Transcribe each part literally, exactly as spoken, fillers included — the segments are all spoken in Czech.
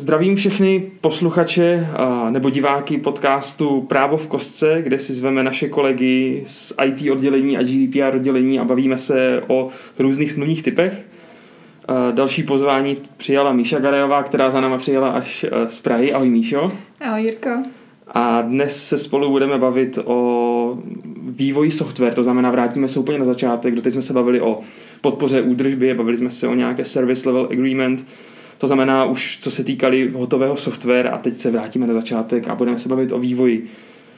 Zdravím všechny posluchače nebo diváky podcastu Právo v kostce, kde si zveme naše kolegy z í té oddělení a G D P R oddělení a bavíme se o různých smluvních typech. Další pozvání přijala Míša Garejová, která za náma přijela až z Prahy. Ahoj Míšo. Ahoj Jirko. A dnes se spolu budeme bavit o vývoji software, to znamená vrátíme se úplně na začátek. Doteď jsme se bavili o podpoře údržby, bavili jsme se o nějaké service level agreement. To znamená už, co se týkali hotového software a teď se vrátíme na začátek a budeme se bavit o vývoji.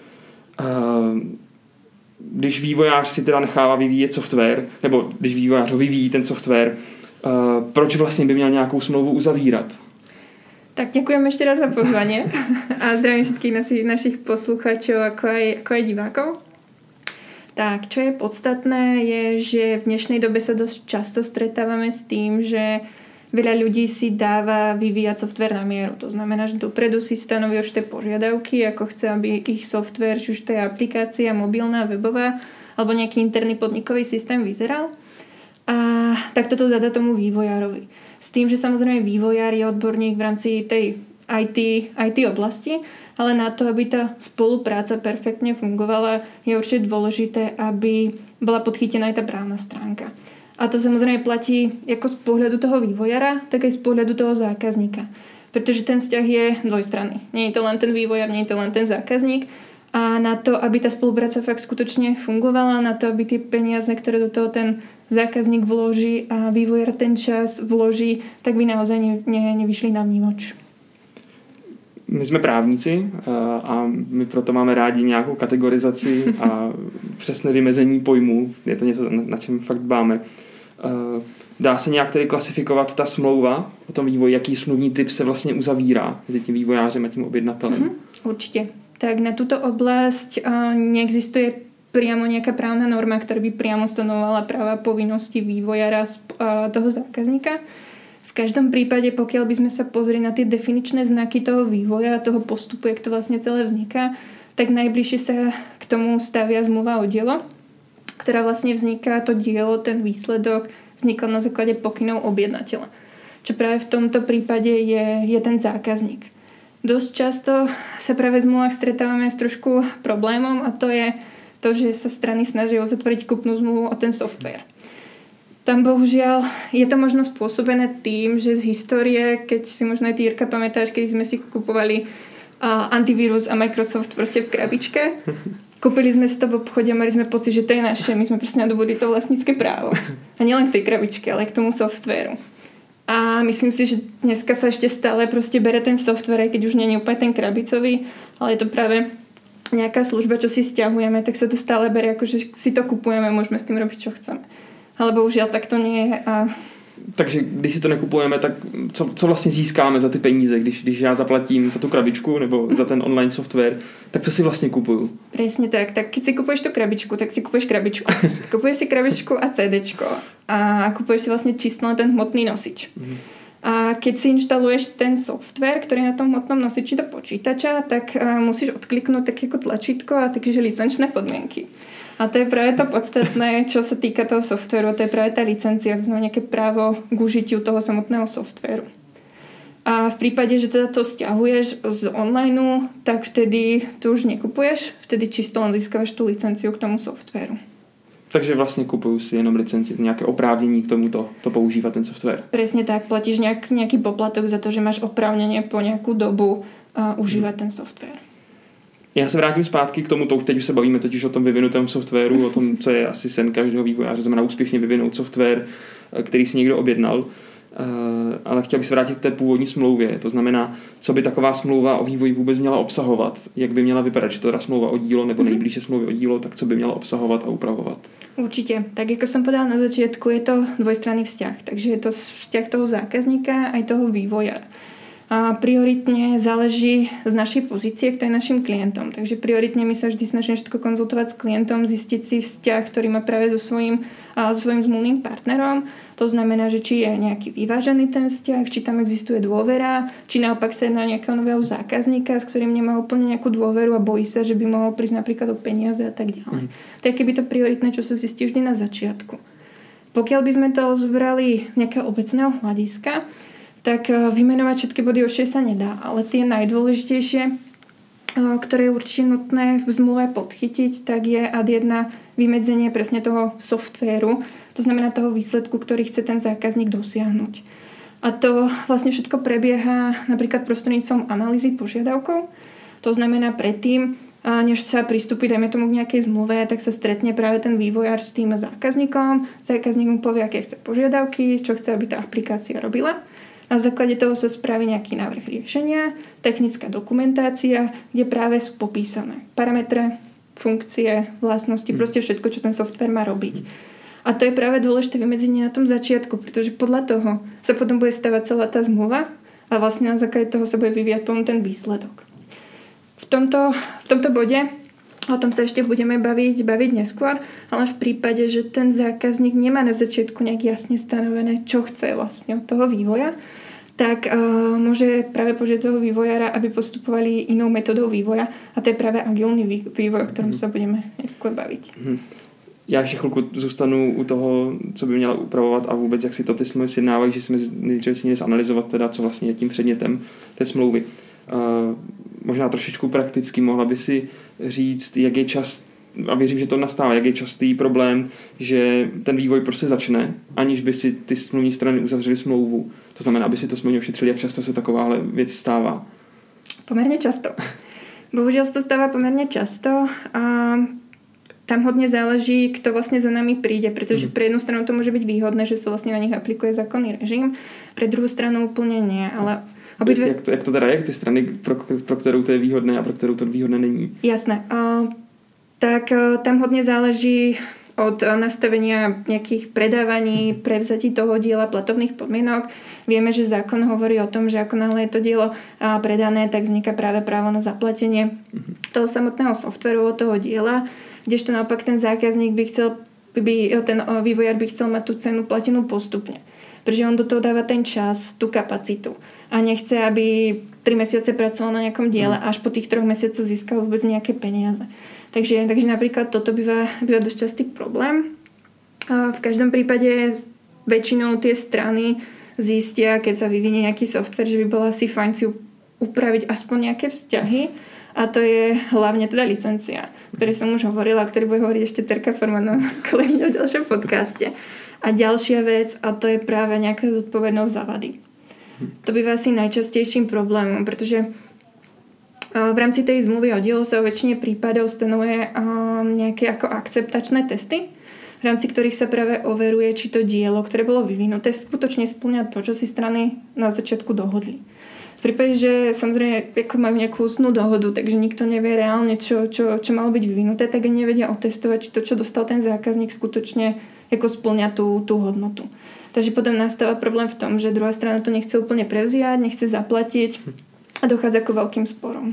Když vývojář si teda nechává vyvíjet software, nebo když vývojář ho vyvíjí ten software, proč vlastně by měl nějakou smlouvu uzavírat? Tak ďakujem ešte raz za pozvanie a zdravím všetkých našich, našich poslucháčov ako aj, ako aj divákov. Tak, čo je podstatné je, že v dnešnej dobe sa dosť často stretávame s tým, že veľa ľudí si dáva vyvíjať software na mieru. To znamená, že dopredu si stanoví určité požiadavky, ako chce, aby ich software, či už to je aplikácia mobilná, webová, alebo nejaký interný podnikový systém vyzeral. A tak toto zadá tomu vývojárovi. S tým, že samozrejme vývojár je odborník v rámci tej í té, í té oblasti, ale na to, aby tá spolupráca perfektne fungovala, je určite dôležité, aby bola podchytená aj tá právna stránka. A to samozrejme platí ako z pohľadu toho vývojára, tak aj z pohľadu toho zákazníka. Pretože ten vzťah je dvojstranný. Nie je to len ten vývojár, nie je to len ten zákazník. A na to, aby tá spolupráca fakt skutočne fungovala, na to, aby tie peniaze, ktoré do toho ten zákazník vloží a vývojár ten čas vloží, tak by naozaj ne, ne, nevyšli na vnímoč. My jsme právníci a my proto máme rádi nějakou kategorizaci a přesné vymezení pojmů. Je to něco, na čem fakt dbáme. Dá se nějak tedy klasifikovat ta smlouva o tom vývoji, jaký smluvní typ se vlastně uzavírá mezi tím vývojářem a tím objednatelem? Mm-hmm, určite. Tak na túto oblasť uh, neexistuje priamo nejaká právna norma, ktorá by priamo stanovovala práva a povinnosti vývojára uh, toho zákazníka. V každom prípade, pokiaľ by sme sa pozreli na tie definičné znaky toho vývoja, toho postupu, jak to vlastne celé vzniká, tak najbližšie sa k tomu stavia zmluva o dielo, ktorá vlastne vzniká, to dielo, ten výsledok vznikla na základe pokynov objednateľa. Čo práve v tomto prípade je, je ten zákazník. Dosť často sa práve v zmluvách stretávame s trošku problémom a to je to, že sa strany snažia uzatvoriť kúpnu zmluvu o ten software. Tam bohužiaľ je to možno spôsobené tým, že z histórie, keď si možno aj ty, Jirka, pamätáš, keď sme si kupovali uh, antivírus a Microsoft proste v krabičke, kúpili sme si to v obchode a mali sme pocit, že to je naše, my sme proste nadobudli to vlastnícke právo. A nielen k tej krabičke, ale aj k tomu softvéru. A myslím si, že dneska sa ešte stále proste bere ten software, keď už nie je úplne ten krabicový, ale je to práve nejaká služba, čo si stiahujeme, tak sa to stále bere, ako že si to kupujeme, môžeme s tým robiť, čo chceme. Ale bohužiaľ tak to nie je. A... Takže když si to nekupujeme, tak co, co vlastně získáme za ty peníze, když, když já zaplatím za tu krabičku nebo za ten online software, tak co si vlastně kupuju? Presne tak. Tak keď si kupuješ tú krabičku, tak si kupuješ krabičku. Kupuješ si krabičku a CDčko. A kupuješ si vlastne čisto ten hmotný nosič. Mm. A keď si inštaluješ ten software, ktorý je na tom hmotnom nosiči do počítača, tak uh, musíš odkliknúť také ako tlačítko a takže licenčné podmienky. A to je práve to podstatné, čo sa týka toho softvéru. To je práve tá licencia, to znamená nejaké právo k užitiu toho samotného softvéru. A v prípade, že teda to stiahuješ z online, tak vtedy to už nekupuješ, vtedy čisto len získavaš tú licenciu k tomu softvéru. Takže vlastně kupuju si jenom licenci, nějaké oprávnění k tomu to, to používat ten software. Presne tak, platíš nejak, nejaký poplatok za to, že máš oprávnenie po nejakú dobu uh, užívať ten software. Já se vrátím zpátky k tomu, to, teď už se bavíme totiž o tom vyvinutém softwaru, o tom, co je asi sen každého vývojáře, znamená úspěšně vyvinout software, který si někdo objednal. Ale chtěl bych se vrátit k té původní smlouvě. To znamená, co by taková smlouva o vývoji vůbec měla obsahovat, jak by měla vypadat, že to je smlouva o dílo nebo nejblíže smlouvy o dílo, tak co by měla obsahovat a upravovat. Určite. Tak ako som povedala na začiatku, je to dvojstranný vzťah. Takže je to vzťah toho zákazníka aj toho vývojára. A prioritne záleží z našej pozície, kto je našim klientom. Takže prioritne my sa vždy snažíme všetko konzultovať s klientom, zistiť si vzťah, ktorý má práve so svojím, a, so svojím zmluvným partnerom. To znamená, že či je nejaký vyvážený ten vzťah, či tam existuje dôvera, či naopak sa jedná nejakého nového zákazníka, s ktorým nemá úplne nejakú dôveru a bojí sa, že by mohol prísť napríklad o peniaze a tak ďalej. Mm. To je keby to prioritné, čo sa zistí vždy na začiatku. Pokiaľ by sme to zbrali z nejakého obecného hľadiska, tak vymenovať všetky body určite sa nedá, ale tie najdôležitejšie, ktoré je určite nutné v zmluve podchytiť, tak je ad jedna vymedzenie presne toho softvéru, to znamená toho výsledku, ktorý chce ten zákazník dosiahnuť. A to vlastne všetko prebieha napríklad prostredníctvom analýzy požiadavkov. To znamená predtým, než sa pristúpi, dajme tomu k nejakej zmluve, tak sa stretne práve ten vývojár s tým zákazníkom. Zákazník mu povie, aké chce požiadavky, čo chce, aby tá aplikácia robila. Na základe toho sa spraví nejaký návrh riešenia, technická dokumentácia, kde práve sú popísané parametre, funkcie, vlastnosti, proste všetko, čo ten software má robiť. A to je práve dôležité vymedzenie na tom začiatku, pretože podľa toho sa potom bude stavať celá tá zmluva a vlastne na základe toho sa bude vyvíjať potom ten výsledok. V tomto, v tomto bode o tom sa ešte budeme baviť, baviť neskôr, ale v prípade, že ten zákazník nemá na začiatku nejak jasne stanovené, čo chce vlastne od toho vývoja, tak uh, môže práve požiadať toho vývojára, aby postupovali inou metodou vývoja a to je práve agilný vývoj, o ktorom sa budeme neskôr baviť. Já ještě chvilku zůstanu u toho, co by měla upravovat a vůbec, jak si to ty smlouvy sjednávají, že jsme nejdříve si měli zanalizovat teda, co vlastně je tím předmětem té smlouvy. Uh, možná trošičku prakticky mohla by si říct, jak je čas, a věřím, že to nastává, jak je častý problém, že ten vývoj prostě začne, aniž by si ty smluvní strany uzavřely smlouvu. To znamená, aby si to smluvně ošetřili, jak často se takováhle věc stává. Pomerne často. Bohužiaľ sa to stáva pomerne často a tam hodne záleží, kto vlastne za nami príde, pretože mm. pre jednu stranu to môže byť výhodné, že sa vlastne na nich aplikuje zákonný režim, pre druhou stranu úplne nie, ale obidve... Jak to, jak to teda je, ty strany, pro, pro kterou to je výhodné a pro kterou to výhodné není? Jasné. Uh, tak uh, tam hodne záleží od nastavenia nejakých predávaní, prevzatí toho diela, platovných podmienok. Vieme, že zákon hovorí o tom, že ako náhle je to dielo predané, tak vzniká práve právo na zaplatenie mm-hmm. toho samotného softvéru od toho diela, kdežto naopak ten zákazník by chcel, by, ten vývojár by chcel mať tú cenu platenú postupne. Pretože on do toho dáva ten čas, tú kapacitu. A nechce, aby tri mesiace pracoval na nejakom diele a až po tých troch mesiacoch získal vôbec nejaké peniaze. Takže, takže napríklad toto býva, býva dosť častý problém. A v každom prípade väčšinou tie strany zistia, keď sa vyvinie nejaký software, že by bolo asi fajn si upraviť aspoň nejaké vzťahy. A to je hlavne teda licencia, o ktorej som už hovorila, o ktorej bude hovoriť ešte Terka Formanová, kolegyňa v ďalšom podcaste. A ďalšia vec, a to je práve nejaká zodpovednosť za vady. To býva asi najčastejším problémom, pretože v rámci tej zmluvy o dielo sa o väčšine prípadov stanovuje nejaké ako akceptačné testy, v rámci ktorých sa práve overuje, či to dielo, ktoré bolo vyvinuté, skutočne spĺňa to, čo si strany na začiatku dohodli. V prípade, že samozrejme ako majú nejakú ústnu dohodu, takže nikto nevie reálne, čo, čo, čo malo byť vyvinuté, tak ani nevedia otestovať, či to, čo dostal ten zákazník, skutočne ako spĺňa tú, tú hodnotu. Takže potom nastáva problém v tom, že druhá strana to nechce úplne prevziať, nechce zaplatiť a dochádza k veľkým sporom.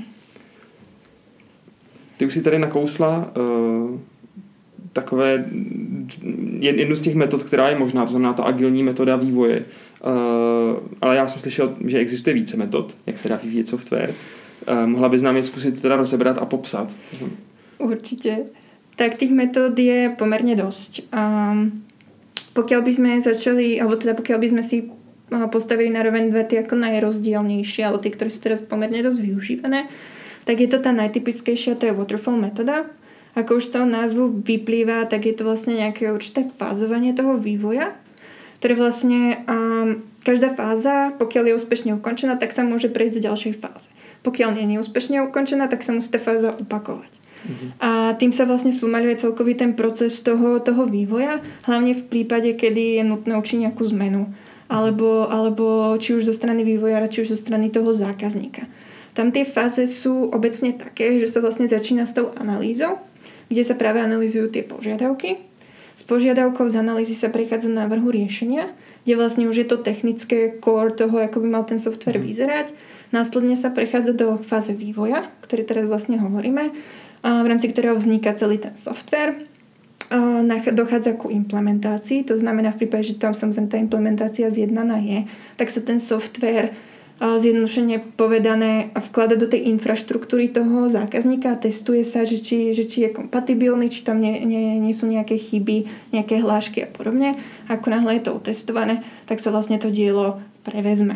Ty už si tady nakousla uh, takové jednu z těch metod, která je možná, to znamená ta agilní metoda vývoje. Uh, ale já jsem slyšel, že existuje více metod, jak se dá vyvíjet software. Uh, mohla bys nám je zkusit teda rozebrat a popsat? Určite. Tak tých metód je pomerne dosť. Um, pokiaľ by sme začali, alebo teda pokiaľ by sme si postavili na roveň dve tie ako najrozdielnejšie, ale tie, ktoré sú teraz pomerne dosť využívané, tak je to tá najtypickejšia, to je waterfall metoda. Ako už z toho názvu vyplýva, tak je to vlastne nejaké určité fázovanie toho vývoja, ktoré vlastne um, každá fáza, pokiaľ je úspešne ukončená, tak sa môže prejsť do ďalšej fáze. Pokiaľ nie je úspešne ukončená, tak sa musí tá fáza opakovať. Mm-hmm. A tým sa vlastne spomaľuje celkový ten proces toho, toho vývoja, hlavne v prípade, kedy je nutné učiť nejakú zmenu. Alebo, alebo či už zo strany vývojára, či už zo strany toho zákazníka. Tam tie fáze sú obecne také, že sa vlastne začína s tou analýzou, kde sa práve analyzujú tie požiadavky. S požiadavkou z analýzy sa prechádza na návrhu riešenia, kde vlastne už je to technické core toho, ako by mal ten software vyzerať. Následne sa prechádza do fáze vývoja, ktorý teraz vlastne hovoríme, v rámci ktorého vzniká celý ten software. Dochádza ku implementácii, to znamená v prípade, že tam samozrejme tá implementácia zjednaná je, tak sa ten software zjednodušene povedané vklada do tej infraštruktúry toho zákazníka a testuje sa, že či, že či je kompatibilný, či tam nie, nie, nie sú nejaké chyby, nejaké hlášky a podobne. Ako náhle je to otestované, tak sa vlastne to dielo prevezme.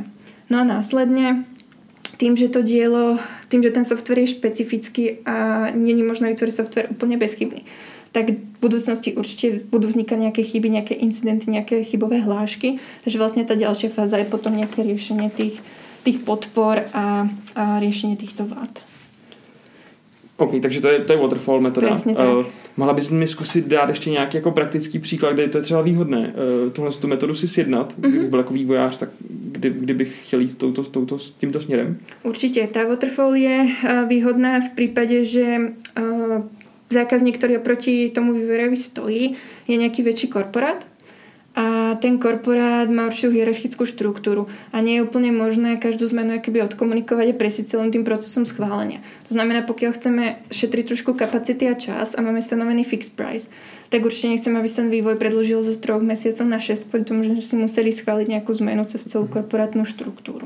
No a následne tým, že to dielo, tým, že ten software je špecifický a není možno vytvoriť software úplne bezchybný, tak v budúcnosti určite budú vznikať nejaké chyby, nejaké incidenty, nejaké chybové hlášky. Takže vlastne tá ďalšia fáza je potom nejaké riešenie tých, tých podpor a, a riešenie týchto vád. OK, takže to je, to je waterfall metoda. Uh, mohla bys mi zkusit dát ještě nějaký jako praktický příklad, kde to je třeba výhodné uh, tohle tu metodu si sjednat, mm-hmm. kdybych byl jako vývojář, tak kdy, kdybych chtěl jít touto, touto, tímto směrem? Určite. Tá waterfall je uh, výhodná v prípade, že uh, zákazník, ktorý oproti tomu vývojárovi stojí, je nejaký väčší korporát. A ten korporát má určitú hierarchickú štruktúru a nie je úplne možné každú zmenu akoby odkomunikovať a presiť celým tým procesom schválenia. To znamená, pokiaľ chceme šetriť trošku kapacity a čas a máme stanovený fixed price, tak určite nechcem, aby sa ten vývoj predĺžil zo troch mesiacov na šesť, kvôli tomu, že si museli schváliť nejakú zmenu cez celú korporátnu štruktúru.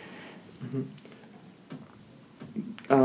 A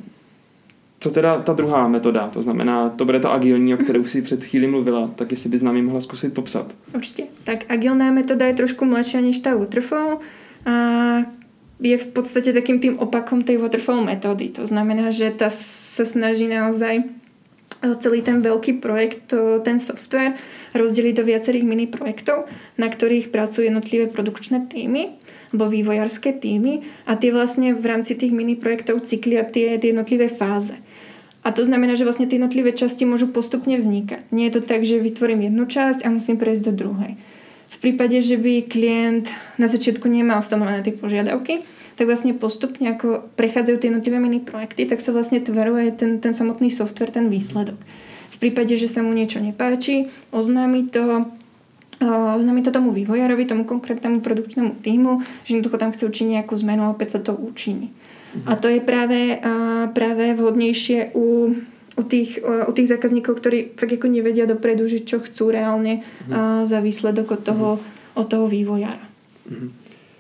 co teda ta druhá metoda, to znamená, to bude ta agilní, o které už si před chvíli mluvila, tak jestli bys nám ji mohla zkusit popsat. Určite. Tak agilná metoda je trošku mladšia než tá waterfall a je v podstate takým tým opakom tej waterfall metódy. To znamená, že tá sa snaží naozaj celý ten veľký projekt, ten software rozdeliť do viacerých mini projektov, na ktorých pracujú jednotlivé produkčné týmy alebo vývojárske týmy a tie vlastne v rámci tých mini projektov cyklia tie, tie jednotlivé fáze. A to znamená, že vlastne tie jednotlivé časti môžu postupne vznikať. Nie je to tak, že vytvorím jednu časť a musím prejsť do druhej. V prípade, že by klient na začiatku nemal stanovené tie požiadavky, tak vlastne postupne, ako prechádzajú tie jednotlivé mini projekty, tak sa vlastne tvaruje ten, ten samotný software, ten výsledok. V prípade, že sa mu niečo nepáči, oznámi to oznámi to tomu vývojárovi, tomu konkrétnemu produkčnému týmu, že jednoducho tam chce učiť nejakú zmenu a opäť sa to učiní. Mhm. A to je práve, práve vhodnejšie u, u, tých, u tých zákazníkov, ktorí fakt ako nevedia dopredu, že čo chcú reálne mhm. za výsledok od toho, mhm. od toho vývojára. Mhm.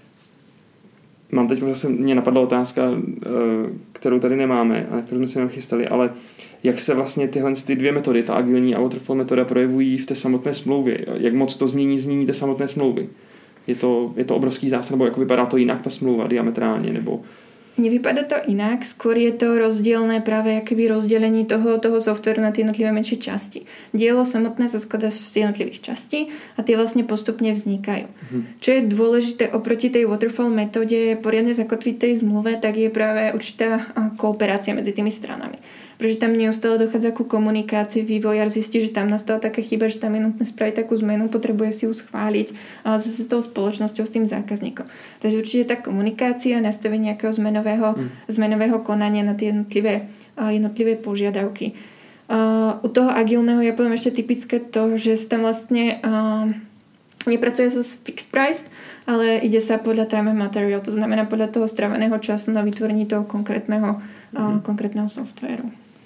Mám teď zase, mě napadla otázka, kterou tady nemáme, a kterou jsme si nachystali, ale jak se vlastně tyhle ty dvě metody, ta agilní a waterfall metoda, projevují v té samotné smlouvě? Jak moc to změní znění té samotné smlouvy? Je to, je to obrovský zásah, nebo jak vypadá to jinak, ta smlouva diametrálně, nebo... Nevypadá to inak, skôr je to rozdielne práve akoby rozdelení toho, toho softvéru na tie jednotlivé menšie časti. Dielo samotné sa skladá z jednotlivých častí a tie vlastne postupne vznikajú. Mhm. Čo je dôležité oproti tej waterfall metóde poriadne zakotviť tej zmluve, tak je práve určitá kooperácia medzi tými stranami. Pretože tam neustále dochádza ku komunikácii, vývojár zistí, že tam nastala taká chyba, že tam je nutné spraviť takú zmenu, potrebuje si ju schváliť a zase s tou spoločnosťou, s tým zákazníkom. Takže určite tá komunikácia, nastavenie nejakého zmenového, mm. zmenového konania na tie jednotlivé, jednotlivé požiadavky. Uh, u toho agilného je poviem ešte typické to, že sa tam vlastne uh, nepracuje sa s fixed price, ale ide sa podľa time and material, to znamená podľa toho stráveného času na vytvorení toho konkrétneho, mm. uh, konkrétneho softwaru.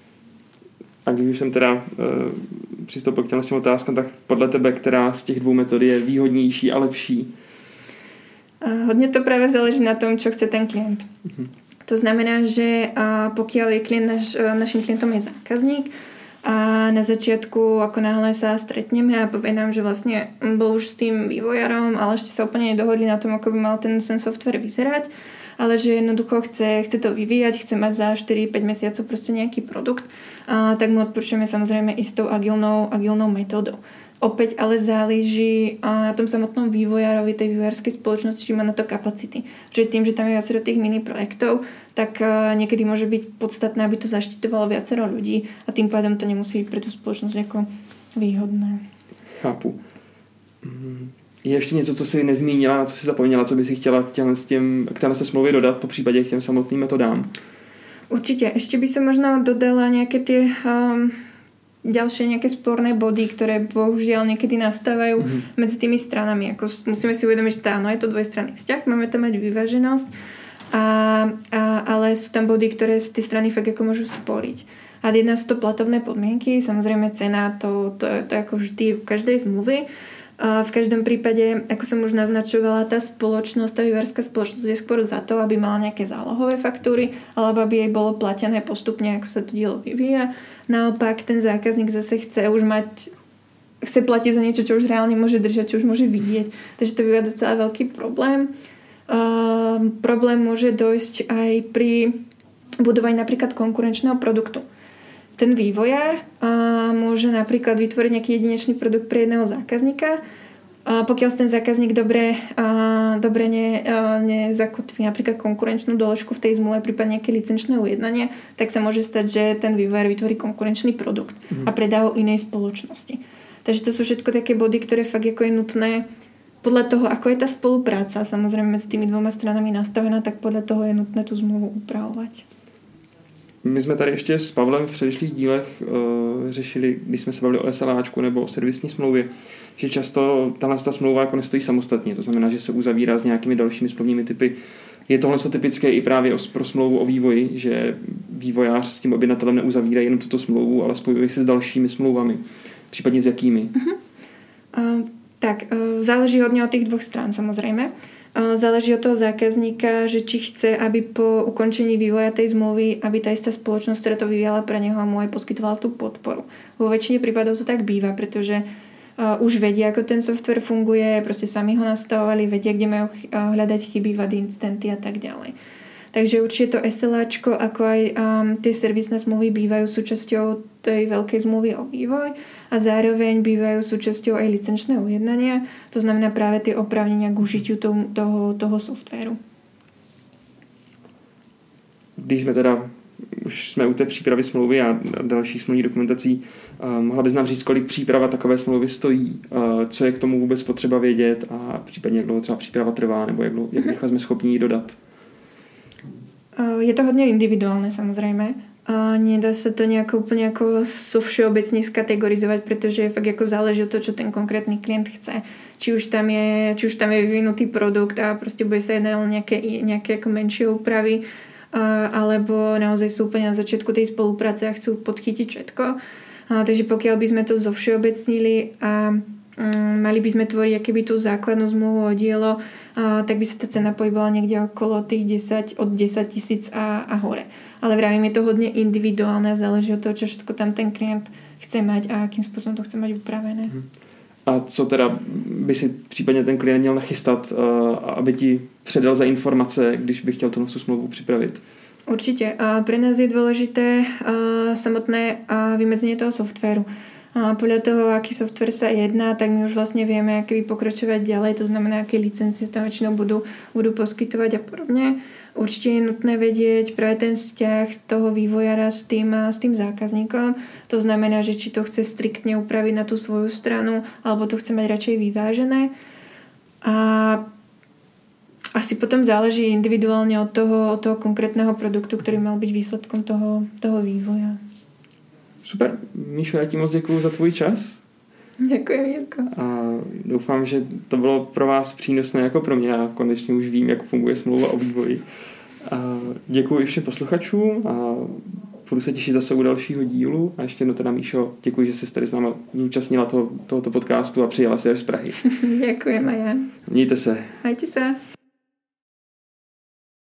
A když jsem teda uh, přistoupil k těmhle otázkám, tak podle tebe, která z těch dvou metod je výhodnější a lepší? Uh, hodně to právě záleží na tom, čo chce ten klient. Uh-huh. To znamená, že uh, pokiaľ je klient naš, uh, našim klientom je zákazník a na začiatku, ako náhle sa stretneme a povie nám, že vlastne bol už s tým vývojárom, ale ešte sa úplne nedohodli na tom, ako by mal ten, ten software vyzerať, ale že jednoducho chce, chce to vyvíjať, chce mať za štyri päť mesiacov proste nejaký produkt, a tak mu odporúčame samozrejme istou agilnou, agilnou metódou. Opäť ale záleží na tom samotnom vývojárovi tej vývojárskej spoločnosti, či má na to kapacity. Čiže tým, že tam je viacero tých mini projektov, tak niekedy môže byť podstatné, aby to zaštiťovalo viacero ľudí a tým pádom to nemusí byť pre tú spoločnosť ako výhodné. Chápu. Je ještě něco, co jsi nezmínila, na co jsi zapomněla, co by si chtěla s tím, k téhle smlouvě dodat, po případě k těm samotným metodám? Určite. Ešte by som možno dodala nejaké tie um, ďalšie nejaké sporné body, ktoré bohužiaľ niekedy nastávajú mm-hmm. medzi tými stranami. Ako musíme si uvedomiť, že áno, je to dvojstranný vzťah, máme tam mať vyváženosť, a, a, ale sú tam body, ktoré tie strany fakt ako môžu sporiť. A jedna sú to platobné podmienky, samozrejme cena, to, to, to je ako vždy v každej zmluvy. V každom prípade, ako som už naznačovala, tá spoločnosť, tá vývojárska spoločnosť je skôr za to, aby mala nejaké zálohové faktúry, alebo aby jej bolo platené postupne, ako sa to dielo vyvíja. Naopak, ten zákazník zase chce už mať, chce platiť za niečo, čo už reálne môže držať, čo už môže vidieť. Takže to býva docela veľký problém. Uh, problém môže dojsť aj pri budovaní napríklad konkurenčného produktu. Ten vývojár uh, môže napríklad vytvoriť nejaký jedinečný produkt pre jedného zákazníka. Uh, pokiaľ ten zákazník dobre, uh, dobre ne, uh, nezakotví napríklad konkurenčnú doložku v tej zmluve, prípadne nejaké licenčné ujednanie, tak sa môže stať, že ten vývojár vytvorí konkurenčný produkt mm. a predá ho inej spoločnosti. Takže to sú všetko také body, ktoré fakt ako je nutné podľa toho, ako je tá spolupráca samozrejme medzi tými dvoma stranami nastavená, tak podľa toho je nutné tú zmluvu upravovať. My jsme tady ještě s Pavlem v předešlých dílech uh, řešili, když jsme se bavili o SLAčku nebo o servisní smlouvě, že často tahle smlouva jako nestojí samostatně. To znamená, že se uzavírá s nějakými dalšími smluvními typy. Je tohle typické i právě pro smlouvu o vývoji, že vývojář s tím objednatelem neuzavírá jenom tuto smlouvu, ale spojuje se s dalšími smlouvami. Případně s jakými? Uh-huh. Uh, tak, uh, záleží hodně od těch dvoch strán samozřejmě. Záleží od toho zákazníka, že či chce, aby po ukončení vývoja tej zmluvy, aby tá istá spoločnosť, ktorá to vyvíjala pre neho, mu aj poskytovala tú podporu. Vo väčšine prípadov to tak býva, pretože uh, už vedia, ako ten software funguje, proste sami ho nastavovali, vedia, kde majú hľadať chyby, vady, incidenty a tak ďalej. Takže určite to SLAčko, ako aj um, tie servisné zmluvy bývajú súčasťou tej veľkej zmluvy o vývoj a zároveň bývajú súčasťou aj licenčného ujednania. To znamená práve tie oprávnenia k užitiu toho, toho, toho softwaru. Když jsme teda, už jsme u té přípravy smlouvy a dalších smluvních dokumentací, uh, mohla bys nám říct, kolik příprava takové smlouvy stojí, uh, co je k tomu vůbec potřeba vědět a případně jak dlouho třeba příprava trvá, nebo jak, dlouho, jak rychle jsme schopni ji dodat? Je to hodne individuálne samozrejme. A nedá sa to nejako úplne ako so všeobecne skategorizovať, pretože fakt ako záleží od toho, čo ten konkrétny klient chce. Či už tam je, či už tam je vyvinutý produkt a proste bude sa jednať o nejaké, nejaké ako menšie úpravy, alebo naozaj sú úplne na začiatku tej spolupráce a chcú podchytiť všetko. A, takže pokiaľ by sme to zovšeobecnili a um, mali by sme tvoriť akéby tú základnú zmluvu o dielo, a, tak by sa tá cena pohybovala niekde okolo tých desať, od desať tisíc a, a hore. Ale vravím, je to hodne individuálne a záleží od toho, čo všetko tam ten klient chce mať a akým spôsobom to chce mať upravené. A co teda by si případně ten klient měl nachystat, uh, aby ti předal za informace, když by chtěl tu smlouvu připravit? Určite. A pre nás je dôležité uh, samotné uh, vymedzenie toho softvéru. A podľa toho, aký software sa jedná, tak my už vlastne vieme, aké by pokračovať ďalej, to znamená, aké licencie tam väčšinou budú, budú poskytovať a podobne. Určite je nutné vedieť práve ten vzťah toho vývojára s tým, s tým zákazníkom. To znamená, že či to chce striktne upraviť na tú svoju stranu, alebo to chce mať radšej vyvážené. A asi potom záleží individuálne od toho, od toho konkrétneho produktu, ktorý mal byť výsledkom toho, toho vývoja. Super. Míšo, já ti moc děkuju za tvůj čas. Děkuji, Jirko. A doufám, že to bylo pro vás přínosné jako pro mě. Já konečně už vím, jak funguje smlouva o vývoji. A děkuji i všem posluchačům a budu se těšit zase u dalšího dílu. A ještě jednou teda, Míšo, děkuji, že jsi tady s námi zúčastnila toho, tohoto podcastu a přijela si až z Prahy. Děkuji, Maja. Mějte se. Majte se.